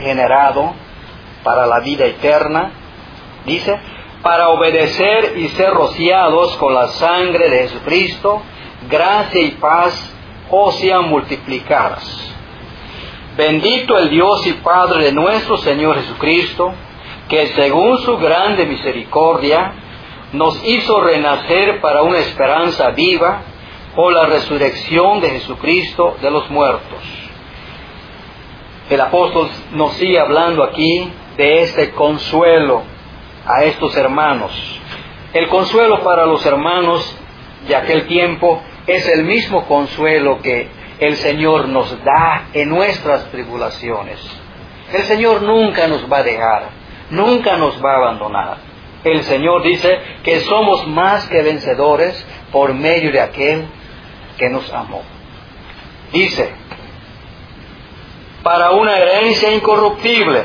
generado para la vida eterna, dice, para obedecer y ser rociados con la sangre de Jesucristo, gracia y paz os sean multiplicadas. Bendito el Dios y Padre de nuestro Señor Jesucristo, que según su grande misericordia nos hizo renacer para una esperanza viva por la resurrección de Jesucristo de los muertos. El apóstol nos sigue hablando aquí de este consuelo a estos hermanos. El consuelo para los hermanos de aquel tiempo es el mismo consuelo que el Señor nos da en nuestras tribulaciones. El Señor nunca nos va a dejar, nunca nos va a abandonar. El Señor dice que somos más que vencedores por medio de aquel que nos amó. Dice, para una herencia incorruptible.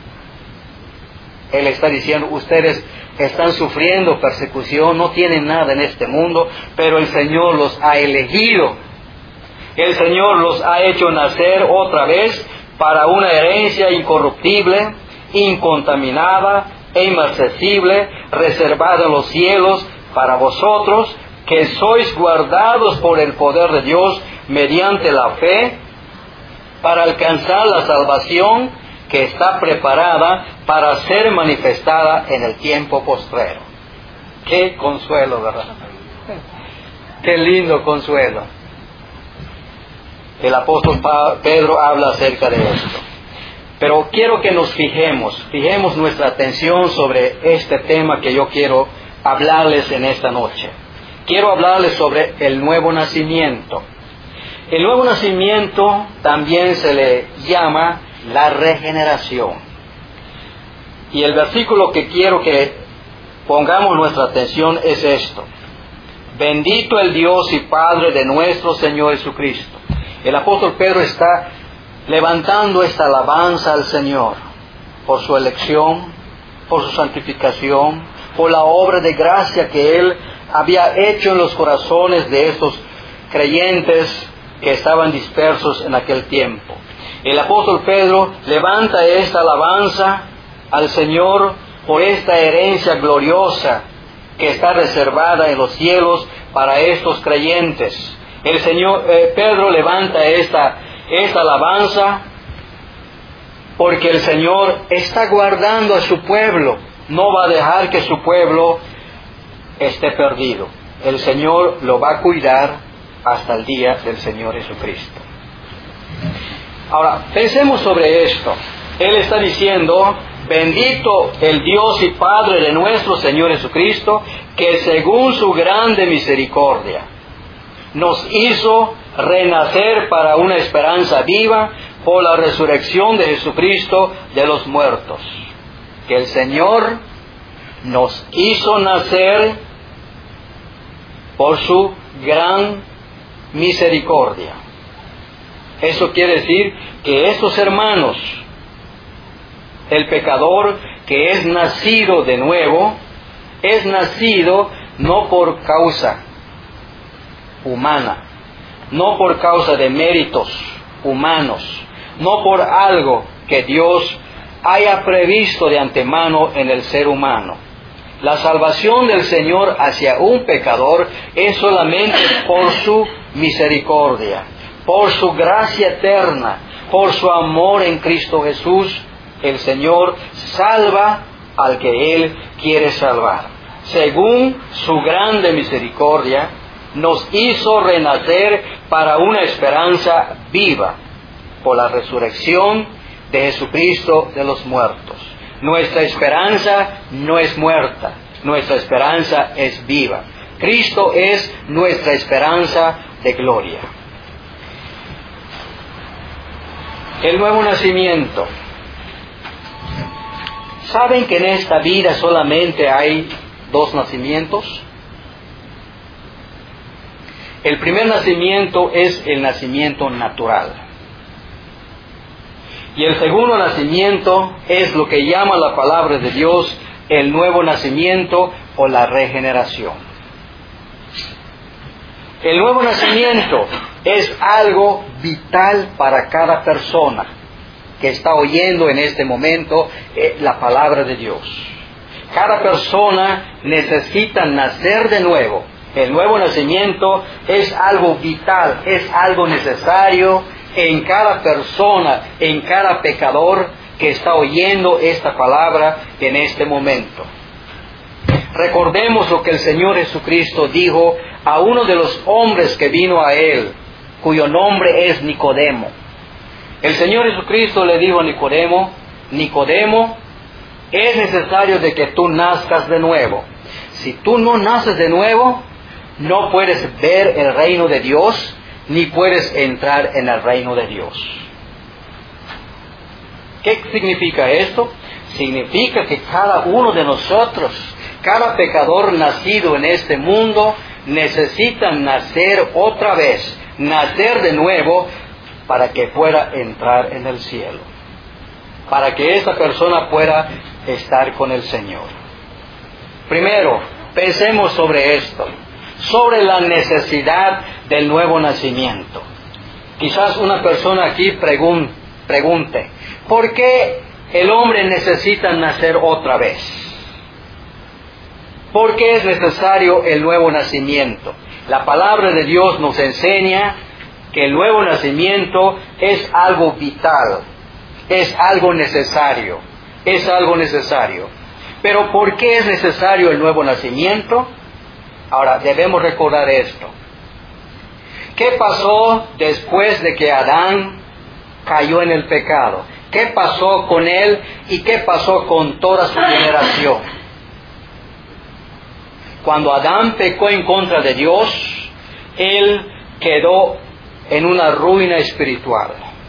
Él está diciendo, ustedes están sufriendo persecución, no tienen nada en este mundo, pero el Señor los ha elegido. El Señor los ha hecho nacer otra vez para una herencia incorruptible, incontaminada e inmarcesible, reservada en los cielos para vosotros, que sois guardados por el poder de Dios mediante la fe, para alcanzar la salvación que está preparada para ser manifestada en el tiempo postrero. Qué consuelo, ¿verdad? Qué lindo consuelo. El apóstol Pedro habla acerca de esto. Pero quiero que nos fijemos nuestra atención sobre este tema que yo quiero hablarles en esta noche. Quiero hablarles sobre el nuevo nacimiento. El nuevo nacimiento también se le llama la regeneración. Y el versículo que quiero que pongamos nuestra atención es esto. Bendito el Dios y Padre de nuestro Señor Jesucristo. El apóstol Pedro está levantando esta alabanza al Señor por su elección, por su santificación, por la obra de gracia que Él había hecho en los corazones de estos creyentes que estaban dispersos en aquel tiempo. El apóstol Pedro levanta esta alabanza al Señor por esta herencia gloriosa que está reservada en los cielos para estos creyentes. El Señor Pedro levanta esta alabanza porque el Señor está guardando a su pueblo, no va a dejar que su pueblo esté perdido. El Señor lo va a cuidar hasta el día del Señor Jesucristo. Ahora, pensemos sobre esto. Él está diciendo, bendito el Dios y Padre de nuestro Señor Jesucristo, que según su grande misericordia nos hizo renacer para una esperanza viva por la resurrección de Jesucristo de los muertos. Que el Señor nos hizo nacer por su gran misericordia. Eso quiere decir que estos hermanos, el pecador que es nacido de nuevo, es nacido no por causa humana, no por causa de méritos humanos, no por algo que Dios haya previsto de antemano en el ser humano. La salvación del Señor hacia un pecador es solamente por su misericordia, por su gracia eterna, por su amor en Cristo Jesús. El Señor salva al que Él quiere salvar. Según su grande misericordia, nos hizo renacer para una esperanza viva por la resurrección de Jesucristo de los muertos. Nuestra esperanza no es muerta, nuestra esperanza es viva. Cristo es nuestra esperanza de gloria. El nuevo nacimiento. ¿Saben que en esta vida solamente hay dos nacimientos? El primer nacimiento es el nacimiento natural. Y el segundo nacimiento es lo que llama la palabra de Dios el nuevo nacimiento o la regeneración. El nuevo nacimiento es algo vital para cada persona. que está oyendo en este momento la palabra de Dios. Cada persona necesita nacer de nuevo. El nuevo nacimiento es algo vital, es algo necesario en cada persona, en cada pecador que está oyendo esta palabra en este momento. Recordemos lo que el Señor Jesucristo dijo a uno de los hombres que vino a Él, cuyo nombre es Nicodemo. El Señor Jesucristo le dijo a Nicodemo, Nicodemo, es necesario de que tú nazcas de nuevo. Si tú no naces de nuevo, no puedes ver el reino de Dios, ni puedes entrar en el reino de Dios. ¿Qué significa esto? Significa que cada uno de nosotros, cada pecador nacido en este mundo, necesita nacer otra vez, nacer de nuevo, para que pueda entrar en el cielo, para que esa persona pueda estar con el Señor. Primero, pensemos sobre esto, sobre la necesidad del nuevo nacimiento. Quizás una persona aquí pregunte, ¿por qué el hombre necesita nacer otra vez? ¿Por qué es necesario el nuevo nacimiento? La palabra de Dios nos enseña que el nuevo nacimiento es algo vital, es algo necesario, es algo necesario. Pero ¿por qué es necesario el nuevo nacimiento? Ahora, debemos recordar esto. ¿Qué pasó después de que Adán cayó en el pecado? ¿Qué pasó con él y qué pasó con toda su generación? Cuando Adán pecó en contra de Dios, él quedó en una ruina espiritual.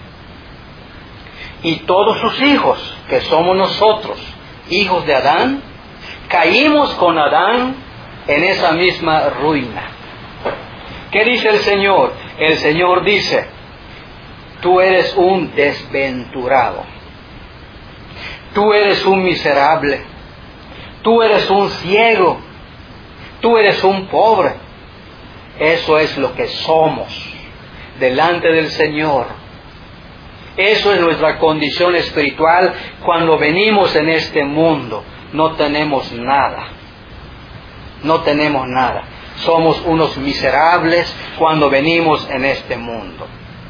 Y todos sus hijos, que somos nosotros, hijos de Adán, caímos con Adán en esa misma ruina. ¿Qué dice el Señor? El Señor dice, tú eres un desventurado, tú eres un miserable, tú eres un ciego, tú eres un pobre. Eso es lo que somos delante del Señor. Eso es nuestra condición espiritual cuando venimos en este mundo. No tenemos nada. No tenemos nada. Somos unos miserables cuando venimos en este mundo.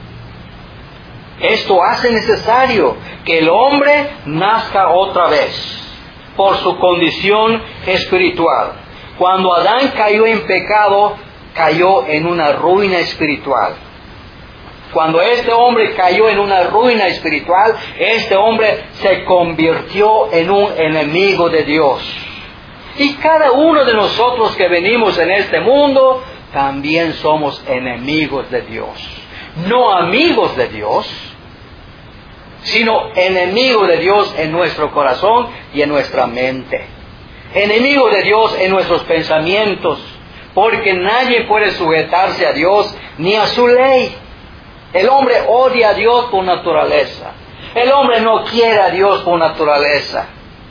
Esto hace necesario que el hombre nazca otra vez por su condición espiritual. Cuando Adán cayó en pecado, cayó en una ruina espiritual. Cuando este hombre cayó en una ruina espiritual, este hombre se convirtió en un enemigo de Dios. Y cada uno de nosotros que venimos en este mundo, también somos enemigos de Dios. No amigos de Dios, sino enemigos de Dios en nuestro corazón y en nuestra mente. Enemigos de Dios en nuestros pensamientos, porque nadie puede sujetarse a Dios ni a su ley. El hombre odia a Dios por naturaleza. El hombre no quiere a Dios por naturaleza.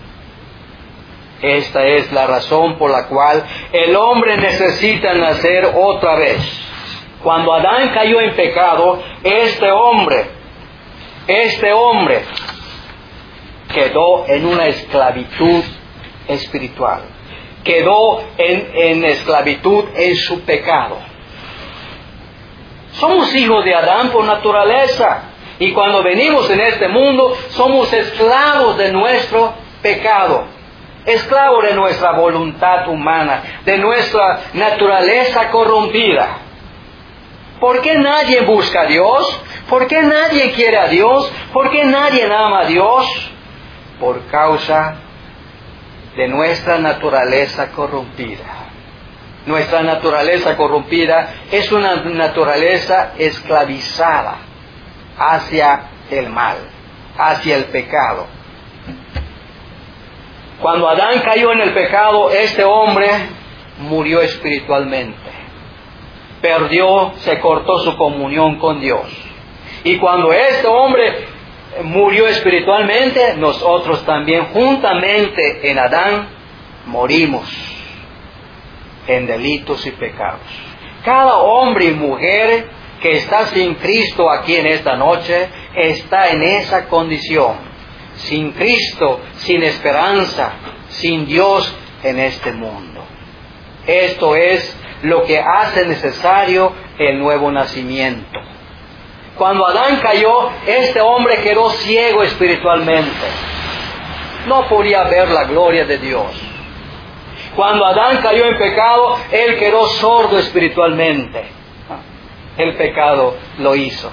Esta es la razón por la cual el hombre necesita nacer otra vez. Cuando Adán cayó en pecado, este hombre quedó en una esclavitud espiritual. Quedó en esclavitud en su pecado. Somos hijos de Adán por naturaleza. Y cuando venimos en este mundo, somos esclavos de nuestro pecado. Esclavos de nuestra voluntad humana, de nuestra naturaleza corrompida. ¿Por qué nadie busca a Dios? ¿Por qué nadie quiere a Dios? ¿Por qué nadie ama a Dios? Por causa de nuestra naturaleza corrompida. Nuestra naturaleza corrompida es una naturaleza esclavizada hacia el mal, hacia el pecado. Cuando Adán cayó en el pecado, este hombre murió espiritualmente. Se cortó su comunión con Dios. Y cuando este hombre murió espiritualmente, nosotros también juntamente en Adán morimos en delitos y pecados. Cada hombre y mujer que está sin Cristo aquí en esta noche, está en esa condición, sin Cristo, sin esperanza, sin Dios en este mundo. Esto es lo que hace necesario el nuevo nacimiento. Cuando Adán cayó, este hombre quedó ciego espiritualmente. No podía ver la gloria de Dios. Cuando Adán cayó en pecado, él quedó sordo espiritualmente. El pecado lo hizo.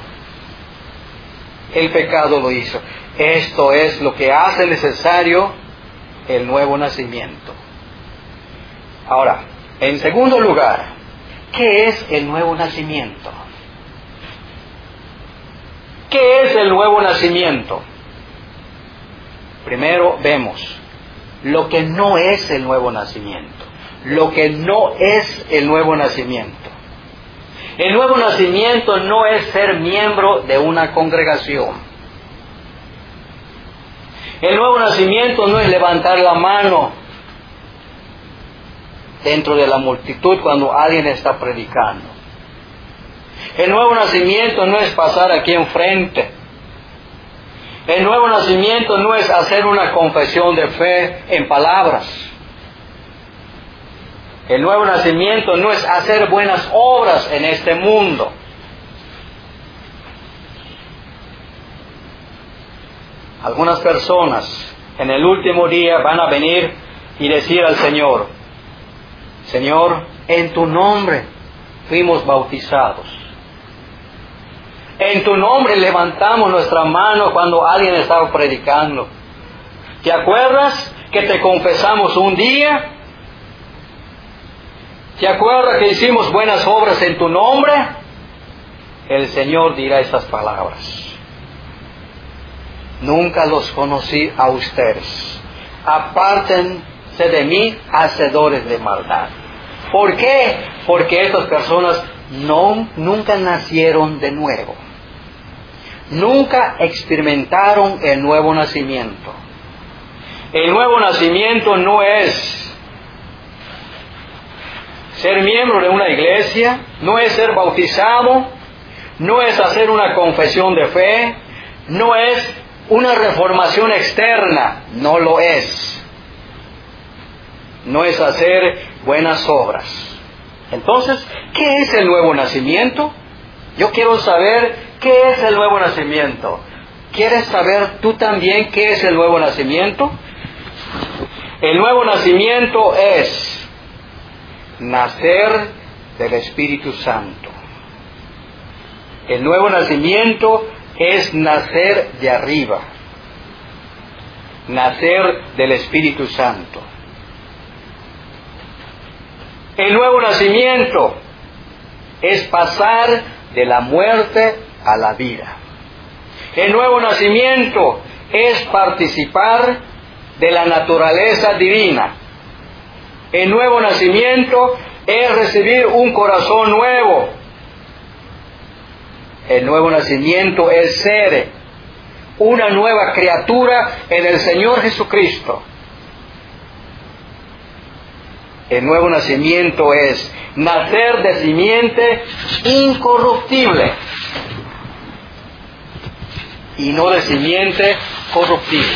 El pecado lo hizo. Esto es lo que hace necesario el nuevo nacimiento. Ahora, en segundo lugar, ¿qué es el nuevo nacimiento? ¿Qué es el nuevo nacimiento? Primero vemos lo que no es el nuevo nacimiento. Lo que no es el nuevo nacimiento. El nuevo nacimiento no es ser miembro de una congregación. El nuevo nacimiento no es levantar la mano dentro de la multitud cuando alguien está predicando. El nuevo nacimiento no es pasar aquí enfrente. El nuevo nacimiento no es hacer una confesión de fe en palabras. El nuevo nacimiento no es hacer buenas obras en este mundo. Algunas personas en el último día van a venir y decir al Señor: Señor, en tu nombre fuimos bautizados. En tu nombre levantamos nuestra mano cuando alguien estaba predicando. ¿Te acuerdas que te confesamos un día? ¿Te acuerdas que hicimos buenas obras en tu nombre? El Señor dirá estas palabras: nunca los conocí a ustedes. Apártense de mí, hacedores de maldad. ¿Por qué? Porque estas personas nunca nacieron de nuevo. Nunca experimentaron el nuevo nacimiento. El nuevo nacimiento no es ser miembro de una iglesia, no es ser bautizado, no es hacer una confesión de fe, no es una reformación externa, no lo es. No es hacer buenas obras. Entonces, ¿qué es el nuevo nacimiento? Yo quiero saber qué es el nuevo nacimiento. ¿Quieres saber tú también qué es el nuevo nacimiento? El nuevo nacimiento es nacer del Espíritu Santo. El nuevo nacimiento es nacer de arriba, nacer del Espíritu Santo. El nuevo nacimiento es pasar de la muerte a la vida. El nuevo nacimiento es participar de la naturaleza divina. El nuevo nacimiento es recibir un corazón nuevo. El nuevo nacimiento es ser una nueva criatura en el Señor Jesucristo. El nuevo nacimiento es nacer de simiente incorruptible y no de simiente corruptible.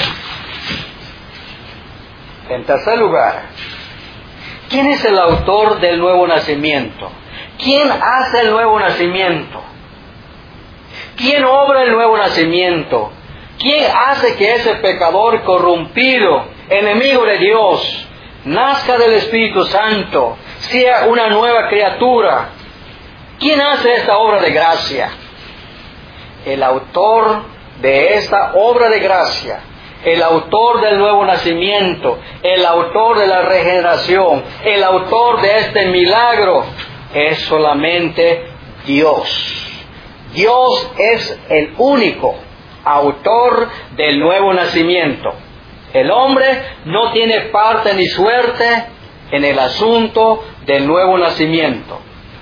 En tercer lugar, ¿quién es el autor del nuevo nacimiento? ¿Quién hace el nuevo nacimiento? ¿Quién obra el nuevo nacimiento? ¿Quién hace que ese pecador corrompido, enemigo de Dios, nazca del Espíritu Santo, sea una nueva criatura? ¿Quién hace esta obra de gracia? El autor de esta obra de gracia, el autor del nuevo nacimiento, el autor de la regeneración, el autor de este milagro, es solamente Dios. Dios es el único autor del nuevo nacimiento. El hombre no tiene parte ni suerte en el asunto del nuevo nacimiento.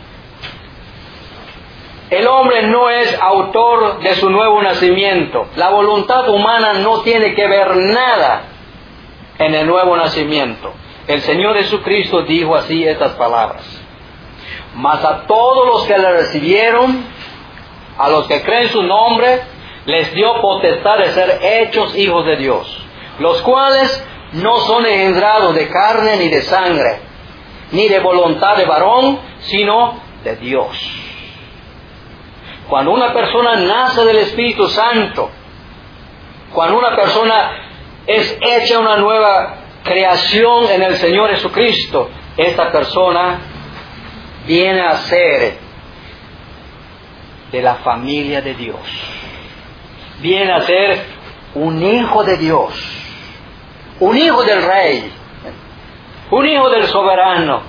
El hombre no es autor de su nuevo nacimiento. La voluntad humana no tiene que ver nada en el nuevo nacimiento. El Señor Jesucristo dijo así estas palabras: mas a todos los que le recibieron, a los que creen su nombre, les dio potestad de ser hechos hijos de Dios, los cuales no son engendrados de carne ni de sangre, ni de voluntad de varón, sino de Dios. Cuando una persona nace del Espíritu Santo, cuando una persona es hecha una nueva creación en el Señor Jesucristo, esta persona viene a ser de la familia de Dios. Viene a ser un hijo de Dios, un hijo del Rey, un hijo del soberano.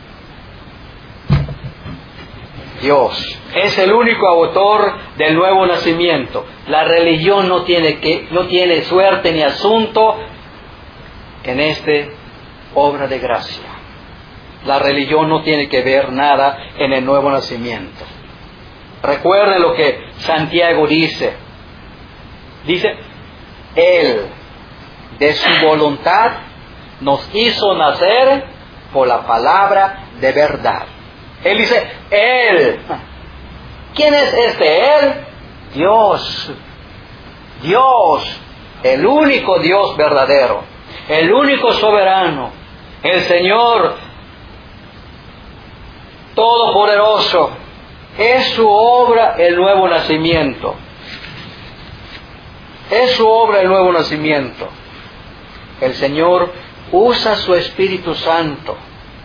Dios es el único autor del nuevo nacimiento. La religión no tiene suerte ni asunto en esta obra de gracia. La religión no tiene que ver nada en el nuevo nacimiento. Recuerden lo que Santiago dice. Dice, Él de su voluntad nos hizo nacer por la palabra de verdad. Él dice, Él. ¿Quién es este Él? Dios. Dios, el único Dios verdadero, el único soberano, el Señor todopoderoso. Es su obra el nuevo nacimiento. Es su obra el nuevo nacimiento. El Señor usa su Espíritu Santo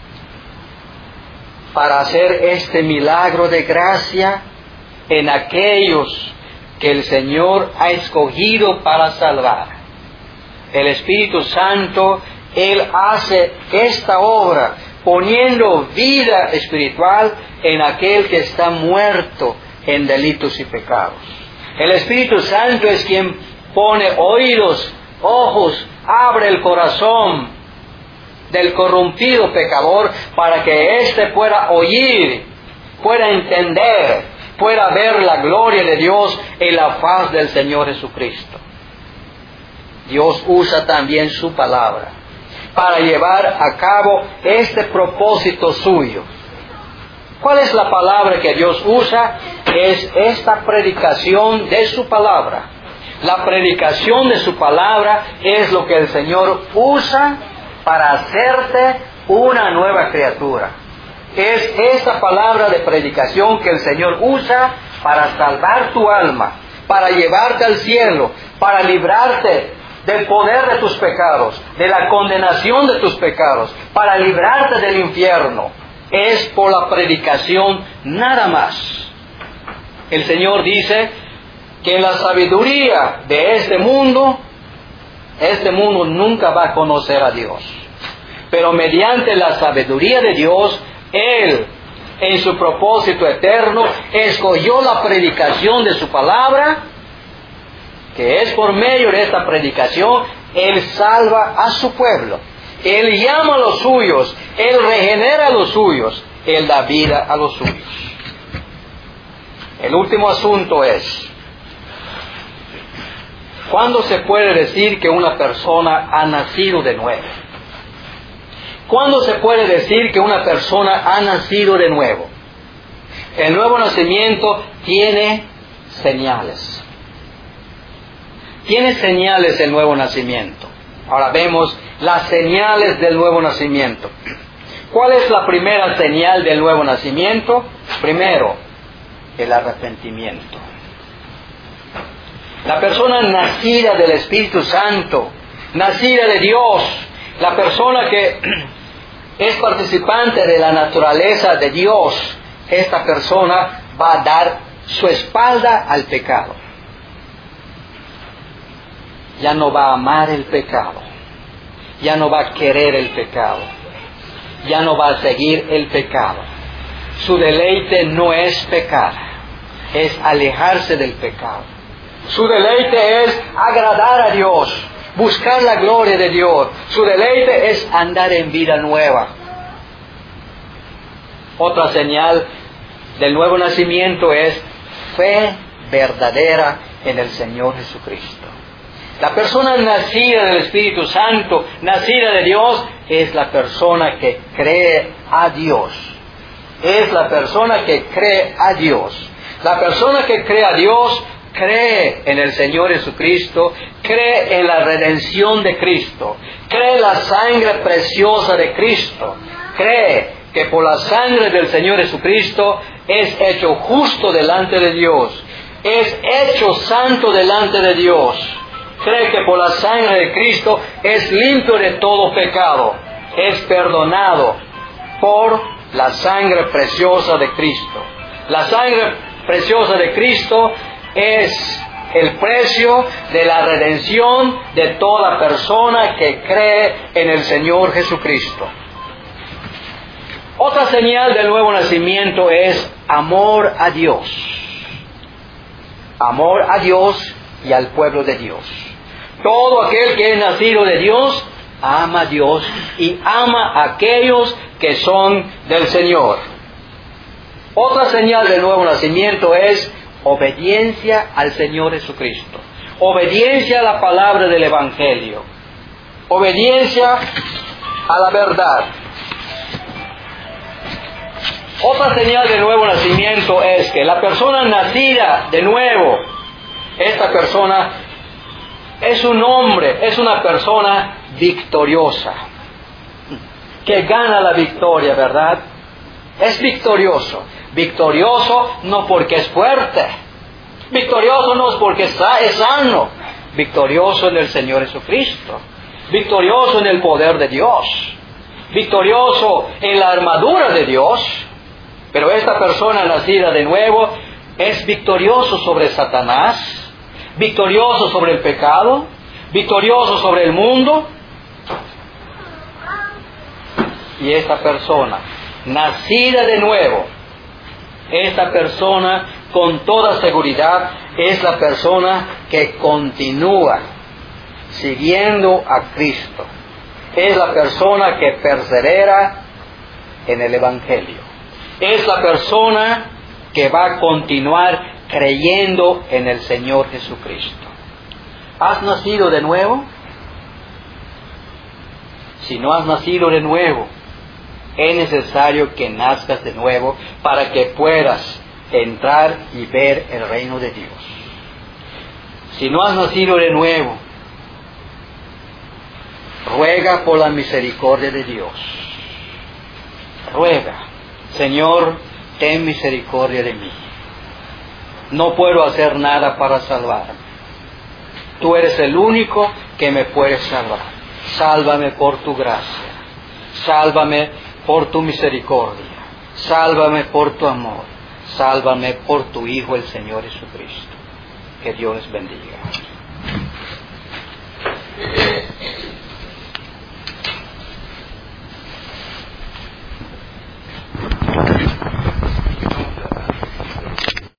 para hacer este milagro de gracia en aquellos que el Señor ha escogido para salvar. El Espíritu Santo, Él hace esta obra poniendo vida espiritual en aquel que está muerto en delitos y pecados. El Espíritu Santo es quien pone oídos, ojos, abre el corazón del corrompido pecador para que éste pueda oír, pueda entender, pueda ver la gloria de Dios en la faz del Señor Jesucristo. Dios usa también su palabra para llevar a cabo este propósito suyo. ¿Cuál es la palabra que Dios usa? Es esta predicación de su palabra. La predicación de su palabra es lo que el Señor usa para hacerte una nueva criatura. Es esta palabra de predicación que el Señor usa para salvar tu alma, para llevarte al cielo, para librarte del poder de tus pecados, de la condenación de tus pecados, para librarte del infierno. Es por la predicación nada más. El Señor dice que en la sabiduría de este mundo nunca va a conocer a Dios. Pero mediante la sabiduría de Dios, Él, en su propósito eterno, escogió la predicación de su palabra, que es por medio de esta predicación, Él salva a su pueblo. Él llama a los suyos, Él regenera a los suyos, Él da vida a los suyos. El último asunto es, ¿cuándo se puede decir que una persona ha nacido de nuevo? ¿Cuándo se puede decir que una persona ha nacido de nuevo? El nuevo nacimiento tiene señales. Tiene señales el nuevo nacimiento. Ahora vemos las señales del nuevo nacimiento. ¿Cuál es la primera señal del nuevo nacimiento? Primero, el arrepentimiento. La persona nacida del Espíritu Santo, nacida de Dios, la persona que es participante de la naturaleza de Dios, esta persona va a dar su espalda al pecado. Ya no va a amar el pecado, ya no va a querer el pecado, ya no va a seguir el pecado. Su deleite no es pecar, es alejarse del pecado. Su deleite es agradar a Dios, buscar la gloria de Dios. Su deleite es andar en vida nueva. Otra señal del nuevo nacimiento es fe verdadera en el Señor Jesucristo. La persona nacida del Espíritu Santo, nacida de Dios, es la persona que cree a Dios. Es la persona que cree a Dios. La persona que cree a Dios cree en el Señor Jesucristo, cree en la redención de Cristo, cree en la sangre preciosa de Cristo, cree que por la sangre del Señor Jesucristo es hecho justo delante de Dios, es hecho santo delante de Dios, cree que por la sangre de Cristo es limpio de todo pecado, es perdonado por la sangre preciosa de Cristo. La sangre preciosa de Cristo es el precio de la redención de toda persona que cree en el Señor Jesucristo. Otra señal del nuevo nacimiento es amor a Dios. Amor a Dios y al pueblo de Dios. Todo aquel que es nacido de Dios ama a Dios y ama a aquellos que son del Señor. Otra señal del nuevo nacimiento es obediencia al Señor Jesucristo. Obediencia a la palabra del Evangelio. Obediencia a la verdad. Otra señal del nuevo nacimiento es que la persona nacida de nuevo, esta persona es un hombre, es una persona victoriosa, que gana la victoria, ¿verdad? Es victorioso. Victorioso no porque es fuerte, victorioso no es porque es sano, victorioso en el Señor Jesucristo, victorioso en el poder de Dios, victorioso en la armadura de Dios. Pero esta persona nacida de nuevo es victorioso sobre Satanás, victorioso sobre el pecado, victorioso sobre el mundo. Y esta persona, nacida de nuevo, esta persona con toda seguridad es la persona que continúa siguiendo a Cristo. Es la persona que persevera en el Evangelio. Es la persona que va a continuar creyendo en el Señor Jesucristo. ¿Has nacido de nuevo? Si no has nacido de nuevo, es necesario que nazcas de nuevo para que puedas entrar y ver el reino de Dios. Si no has nacido de nuevo, ruega por la misericordia de Dios. Ruega, Señor, ten misericordia de mí. No puedo hacer nada para salvarme. Tú eres el único que me puede salvar. Sálvame por tu gracia. Sálvame por tu misericordia. Sálvame por tu amor. Sálvame por tu Hijo, el Señor Jesucristo. Que Dios les bendiga.